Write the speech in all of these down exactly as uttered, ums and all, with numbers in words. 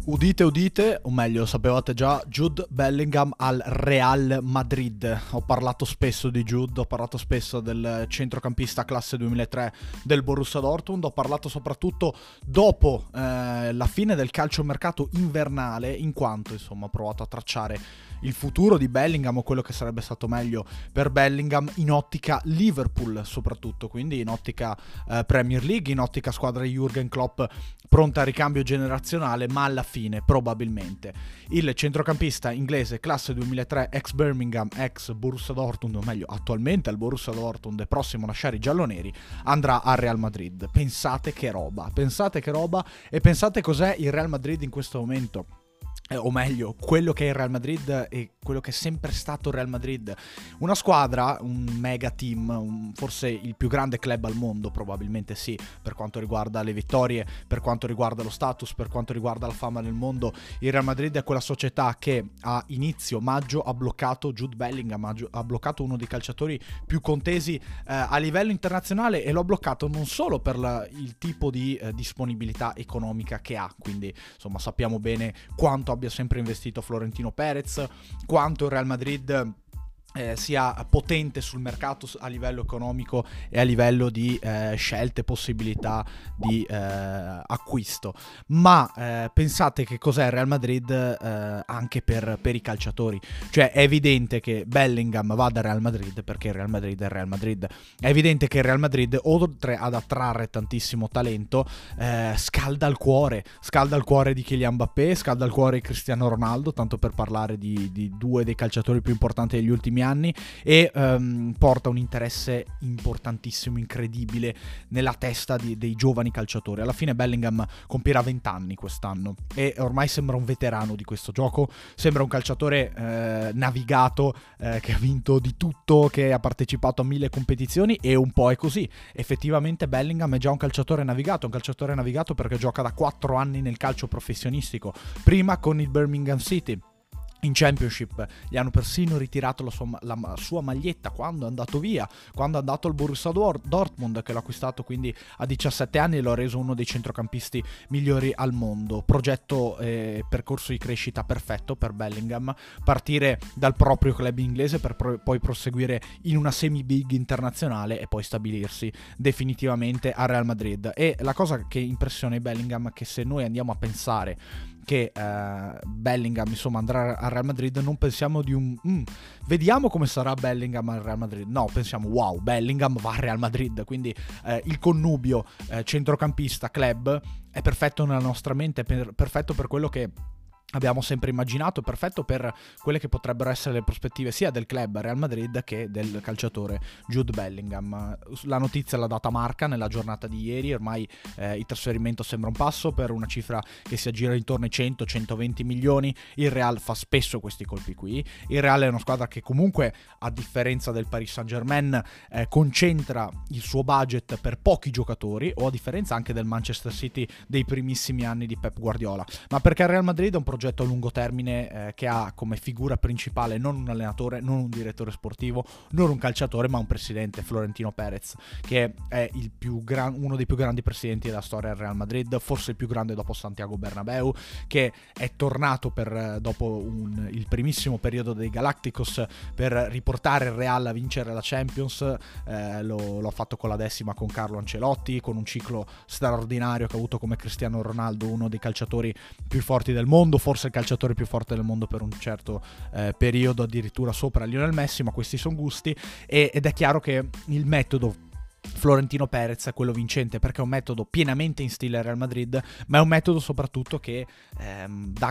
Udite, udite, o meglio, sapevate già, Jude Bellingham al Real Madrid. Ho parlato spesso di Jude, ho parlato spesso del centrocampista classe duemilatré del Borussia Dortmund, ho parlato soprattutto dopo eh, la fine del calciomercato invernale, in quanto insomma ho provato a tracciare il futuro di Bellingham o quello che sarebbe stato meglio per Bellingham in ottica Liverpool soprattutto, quindi in ottica eh, Premier League, in ottica squadra di Jürgen Klopp pronta a ricambio generazionale, ma alla fine probabilmente il centrocampista inglese classe duemilatré, ex Birmingham, ex Borussia Dortmund, o meglio attualmente al Borussia Dortmund e prossimo a lasciare i gialloneri, andrà al Real Madrid. Pensate che roba, pensate che roba e pensate cos'è il Real Madrid in questo momento. Eh, o meglio, quello che è il Real Madrid e quello che è sempre stato il Real Madrid. Una squadra, un mega team, un, forse il più grande club al mondo, probabilmente sì, per quanto riguarda le vittorie, per quanto riguarda lo status, per quanto riguarda la fama nel mondo. Il Real Madrid è quella società che a inizio maggio ha bloccato Jude Bellingham, ha, ha bloccato uno dei calciatori più contesi eh, a livello internazionale, e lo ha bloccato non solo per la, il tipo di eh, disponibilità economica che ha, quindi insomma sappiamo bene quanto abbia sempre investito Florentino Perez, quanto il Real Madrid Eh, sia potente sul mercato a livello economico e a livello di eh, scelte, possibilità di eh, acquisto, ma eh, pensate che cos'è il Real Madrid eh, anche per, per i calciatori. Cioè è evidente che Bellingham vada al Real Madrid perché il Real Madrid è il Real Madrid, è evidente che il Real Madrid, oltre ad attrarre tantissimo talento, eh, scalda il cuore scalda il cuore di Kylian Mbappé, scalda il cuore di Cristiano Ronaldo, tanto per parlare di, di due dei calciatori più importanti degli ultimi anni, e um, porta un interesse importantissimo, incredibile nella testa di, dei giovani calciatori. Alla fine Bellingham compirà venti anni quest'anno e ormai sembra un veterano di questo gioco, sembra un calciatore eh, navigato, eh, che ha vinto di tutto, che ha partecipato a mille competizioni, e un po' è così. Effettivamente Bellingham è già un calciatore navigato, un calciatore navigato perché gioca da quattro anni nel calcio professionistico, prima con il Birmingham City. In Championship gli hanno persino ritirato la sua, la sua maglietta quando è andato via, quando è andato al Borussia Dortmund, che l'ha acquistato quindi a diciassette anni e lo ha reso uno dei centrocampisti migliori al mondo. Progetto e eh, percorso di crescita perfetto per Bellingham, partire dal proprio club inglese per pro- poi proseguire in una semi-big internazionale e poi stabilirsi definitivamente al Real Madrid. E la cosa che impressiona Bellingham è che se noi andiamo a pensare che uh, Bellingham insomma andrà al Real Madrid, non pensiamo di un mm, vediamo come sarà Bellingham al Real Madrid, no, pensiamo wow, Bellingham va al Real Madrid. Quindi uh, il connubio uh, centrocampista club è perfetto nella nostra mente, è per, perfetto per quello che abbiamo sempre immaginato, perfetto per quelle che potrebbero essere le prospettive sia del club Real Madrid che del calciatore Jude Bellingham. La notizia l'ha data Marca nella giornata di ieri, ormai eh, il trasferimento sembra un passo per una cifra che si aggira intorno ai cento centoventi milioni. Il Real fa spesso questi colpi qui, il Real è una squadra che comunque, a differenza del Paris Saint-Germain, eh, concentra il suo budget per pochi giocatori, o a differenza anche del Manchester City dei primissimi anni di Pep Guardiola, ma perché il Real Madrid è un progetto a lungo termine eh, che ha come figura principale non un allenatore, non un direttore sportivo, non un calciatore, ma un presidente, Florentino Perez, che è il più gran, uno dei più grandi presidenti della storia del Real Madrid, forse il più grande dopo Santiago Bernabéu, che è tornato per, dopo un, il primissimo periodo dei Galacticos, per riportare il Real a vincere la Champions. Eh, lo, lo ha fatto con la decima con Carlo Ancelotti, con un ciclo straordinario che ha avuto come Cristiano Ronaldo, uno dei calciatori più forti del mondo, forse il calciatore più forte del mondo per un certo eh, periodo, addirittura sopra Lionel Messi, ma questi sono gusti, e, ed è chiaro che il metodo Florentino Perez è quello vincente, perché è un metodo pienamente in stile Real Madrid, ma è un metodo soprattutto che ehm, dà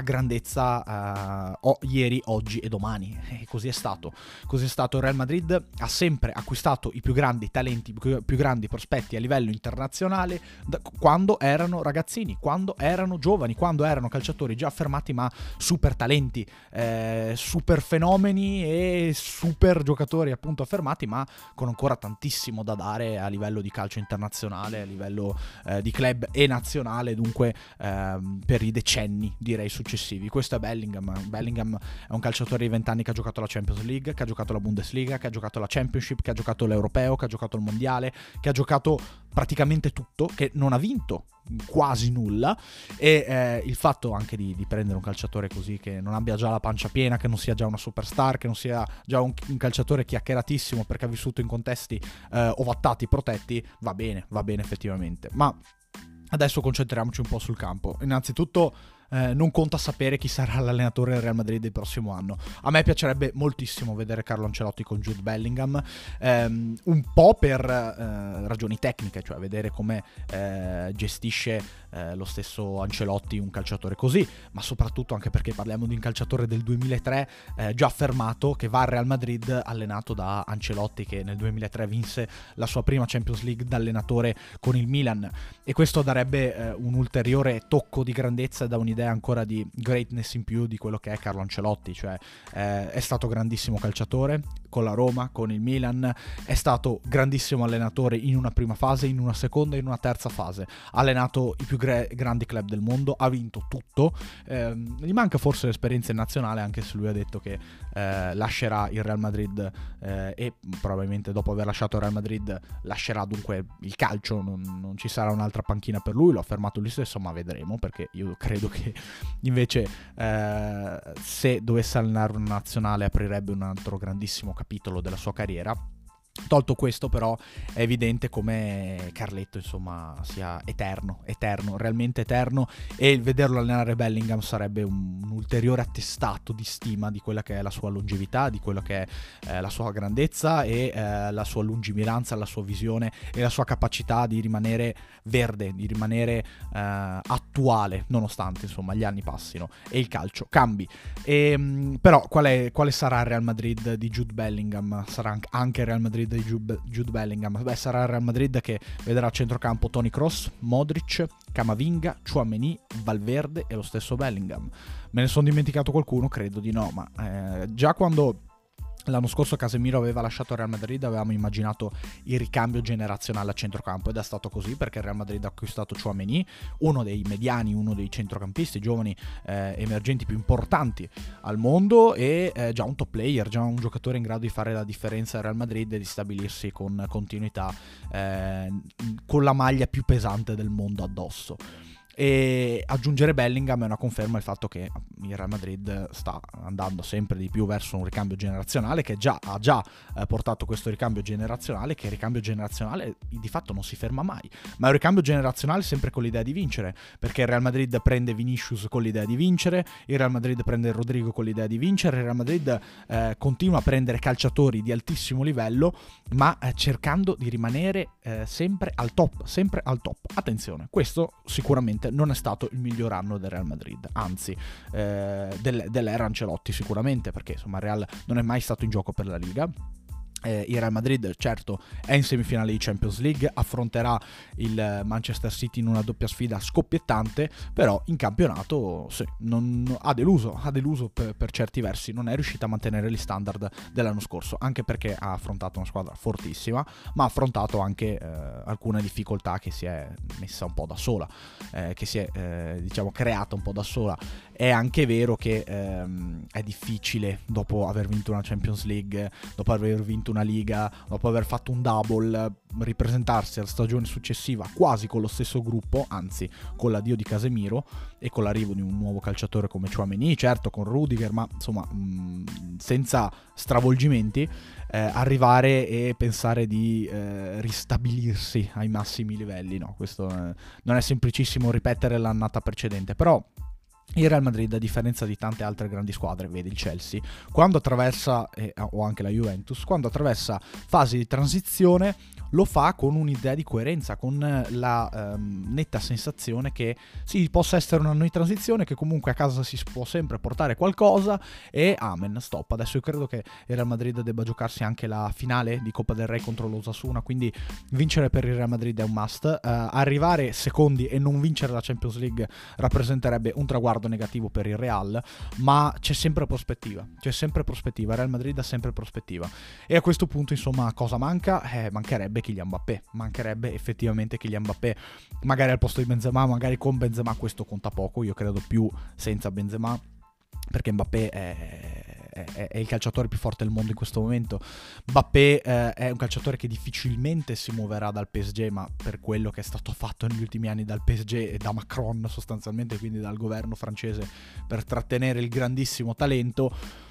grandezza uh, o- ieri, oggi e domani, e così è stato così è stato. Il Real Madrid ha sempre acquistato i più grandi talenti, i più, più grandi prospetti a livello internazionale da, quando erano ragazzini, quando erano giovani, quando erano calciatori già affermati, ma super talenti, eh, super fenomeni e super giocatori appunto affermati, ma con ancora tantissimo da dare a livello di calcio internazionale, a livello eh, di club e nazionale, dunque ehm, per i decenni direi successivi. Questo è Bellingham. Bellingham è un calciatore di venti anni che ha giocato la Champions League, che ha giocato la Bundesliga, che ha giocato la Championship, che ha giocato l'Europeo, che ha giocato il Mondiale, che ha giocato praticamente tutto, che non ha vinto quasi nulla, e eh, il fatto anche di, di prendere un calciatore così, che non abbia già la pancia piena, che non sia già una superstar, che non sia già un, un calciatore chiacchieratissimo perché ha vissuto in contesti eh, ovattati, protetti, va bene, va bene effettivamente. Ma adesso concentriamoci un po' sul campo. Innanzitutto Eh, non conta sapere chi sarà l'allenatore del Real Madrid del prossimo anno. A me piacerebbe moltissimo vedere Carlo Ancelotti con Jude Bellingham, ehm, un po' per eh, ragioni tecniche, cioè vedere come eh, gestisce eh, lo stesso Ancelotti un calciatore così, ma soprattutto anche perché parliamo di un calciatore del duemilatré eh, già affermato, che va al Real Madrid allenato da Ancelotti, che nel duemilatré vinse la sua prima Champions League da allenatore con il Milan, e questo darebbe eh, un ulteriore tocco di grandezza, da un'idea ancora di greatness in più di quello che è Carlo Ancelotti. Cioè eh, è stato grandissimo calciatore con la Roma, con il Milan, è stato grandissimo allenatore in una prima fase, in una seconda e in una terza fase, ha allenato i più gra- grandi club del mondo, ha vinto tutto, eh, gli manca forse l'esperienza in nazionale, anche se lui ha detto che eh, lascerà il Real Madrid eh, e probabilmente dopo aver lasciato il Real Madrid lascerà dunque il calcio, non, non ci sarà un'altra panchina per lui, l'ho affermato lui stesso, ma vedremo, perché io credo che invece eh, se dovesse allenare una nazionale aprirebbe un altro grandissimo capitolo della sua carriera. Tolto questo, però, è evidente come Carletto, insomma, sia eterno, eterno, realmente eterno, e il vederlo allenare Bellingham sarebbe un, un ulteriore attestato di stima di quella che è la sua longevità, di quella che è eh, la sua grandezza e eh, la sua lungimiranza, la sua visione e la sua capacità di rimanere verde, di rimanere eh, attuale, nonostante, insomma, gli anni passino e il calcio cambi. E, mh, però, qual è, quale sarà il Real Madrid di Jude Bellingham? Sarà anche il Real Madrid di Jude Bellingham? Beh, sarà il Real Madrid che vedrà a centrocampo Toni Kroos, Modric, Camavinga, Tchouaméni, Valverde e lo stesso Bellingham. Me ne sono dimenticato qualcuno? Credo di no, ma eh, già quando l'anno scorso Casemiro aveva lasciato il Real Madrid avevamo immaginato il ricambio generazionale a centrocampo, ed è stato così, perché il Real Madrid ha acquistato Tchouaméni, uno dei mediani, uno dei centrocampisti giovani eh, emergenti più importanti al mondo, e eh, già un top player, già un giocatore in grado di fare la differenza al Real Madrid e di stabilirsi con continuità eh, con la maglia più pesante del mondo addosso. E aggiungere Bellingham è una conferma del fatto che il Real Madrid sta andando sempre di più verso un ricambio generazionale, che già ha già eh, portato questo ricambio generazionale, che il ricambio generazionale di fatto non si ferma mai, ma è un ricambio generazionale sempre con l'idea di vincere, perché il Real Madrid prende Vinicius con l'idea di vincere, il Real Madrid prende Rodrigo con l'idea di vincere, il Real Madrid eh, continua a prendere calciatori di altissimo livello, ma eh, cercando di rimanere eh, sempre al top, sempre al top. Attenzione, questo sicuramente non è stato il miglior anno del Real Madrid, anzi eh, del, dell'era Ancelotti sicuramente, perché insomma il Real non è mai stato in gioco per la Liga. Eh, il Real Madrid certo è in semifinale di Champions League, affronterà il Manchester City in una doppia sfida scoppiettante, però in campionato sì, non, ha deluso, ha deluso per, per certi versi, non è riuscita a mantenere gli standard dell'anno scorso, anche perché ha affrontato una squadra fortissima, ma ha affrontato anche eh, alcune difficoltà che si è messa un po' da sola, eh, che si è eh, diciamo creata un po' da sola. È anche vero che ehm, è difficile, dopo aver vinto una Champions League, dopo aver vinto una Liga, dopo aver fatto un double, ripresentarsi alla stagione successiva quasi con lo stesso gruppo, anzi con l'addio di Casemiro e con l'arrivo di un nuovo calciatore come Tchouaméni, certo con Rudiger, ma insomma mh, senza stravolgimenti, eh, arrivare e pensare di eh, ristabilirsi ai massimi livelli, no, questo eh, non è semplicissimo ripetere l'annata precedente, però il Real Madrid, a differenza di tante altre grandi squadre, vedi il Chelsea, quando attraversa, eh, o anche la Juventus, quando attraversa fasi di transizione, lo fa con un'idea di coerenza, con la ehm, netta sensazione che sì, possa essere un anno di transizione, che comunque a casa si può sempre portare qualcosa, e amen, stop. Adesso io credo che il Real Madrid debba giocarsi anche la finale di Coppa del Re contro l'Osasuna, quindi vincere per il Real Madrid è un must. Uh, arrivare secondi e non vincere la Champions League rappresenterebbe un traguardo negativo per il Real, ma c'è sempre prospettiva, c'è sempre prospettiva, il Real Madrid ha sempre prospettiva, e a questo punto insomma cosa manca? Eh, mancherebbe Kylian Mbappé, mancherebbe effettivamente Kylian Mbappé, magari al posto di Benzema, magari con Benzema, questo conta poco, io credo più senza Benzema, perché Mbappé è è, è il calciatore più forte del mondo in questo momento. Mbappé eh, è un calciatore che difficilmente si muoverà dal P S G, ma per quello che è stato fatto negli ultimi anni dal P S G e da Macron sostanzialmente, quindi dal governo francese, per trattenere il grandissimo talento.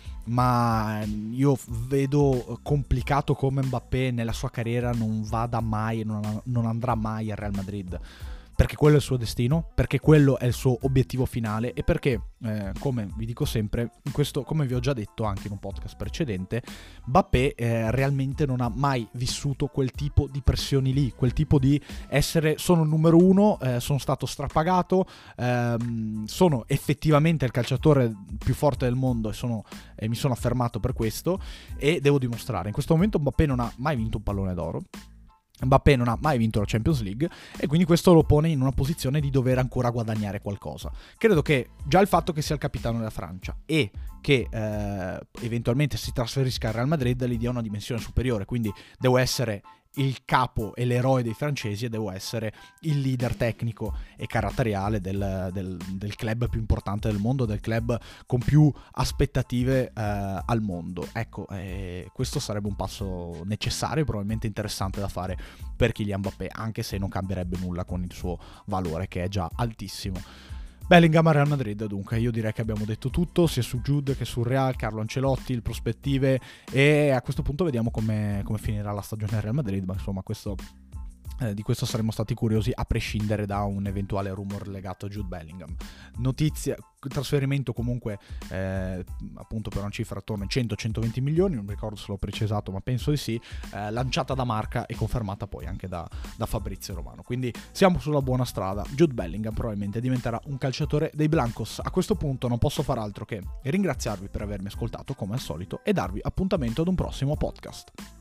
Ma io vedo complicato come Mbappé nella sua carriera non vada mai, non, non andrà mai al Real Madrid, perché quello è il suo destino, perché quello è il suo obiettivo finale e perché, eh, come vi dico sempre, in questo, come vi ho già detto anche in un podcast precedente, Mbappé eh, realmente non ha mai vissuto quel tipo di pressioni lì, quel tipo di essere sono il numero uno, eh, sono stato strapagato, ehm, sono effettivamente il calciatore più forte del mondo e, sono, e mi sono affermato per questo e devo dimostrare. In questo momento Mbappé non ha mai vinto un pallone d'oro, Mbappé non ha mai vinto la Champions League e quindi questo lo pone in una posizione di dover ancora guadagnare qualcosa. Credo che già il fatto che sia il capitano della Francia e che eh, eventualmente si trasferisca al Real Madrid gli dia una dimensione superiore, quindi devo essere il capo e l'eroe dei francesi e devo essere il leader tecnico e caratteriale del, del, del club più importante del mondo, del club con più aspettative eh, al mondo. Ecco, eh, questo sarebbe un passo necessario e probabilmente interessante da fare per Kylian Mbappé, anche se non cambierebbe nulla con il suo valore che è già altissimo. Bellingham a Real Madrid, dunque io direi che abbiamo detto tutto sia su Jude che sul Real, Carlo Ancelotti, le prospettive, e a questo punto vediamo come, come finirà la stagione al Real Madrid, ma insomma questo, eh, di questo saremmo stati curiosi a prescindere da un eventuale rumor legato a Jude Bellingham. Notizia, trasferimento comunque eh, appunto per una cifra attorno ai cento centoventi milioni, non mi ricordo se l'ho precisato ma penso di sì, eh, lanciata da Marca e confermata poi anche da, da Fabrizio Romano, quindi siamo sulla buona strada. Jude Bellingham probabilmente diventerà un calciatore dei Blancos. A questo punto non posso far altro che ringraziarvi per avermi ascoltato come al solito e darvi appuntamento ad un prossimo podcast.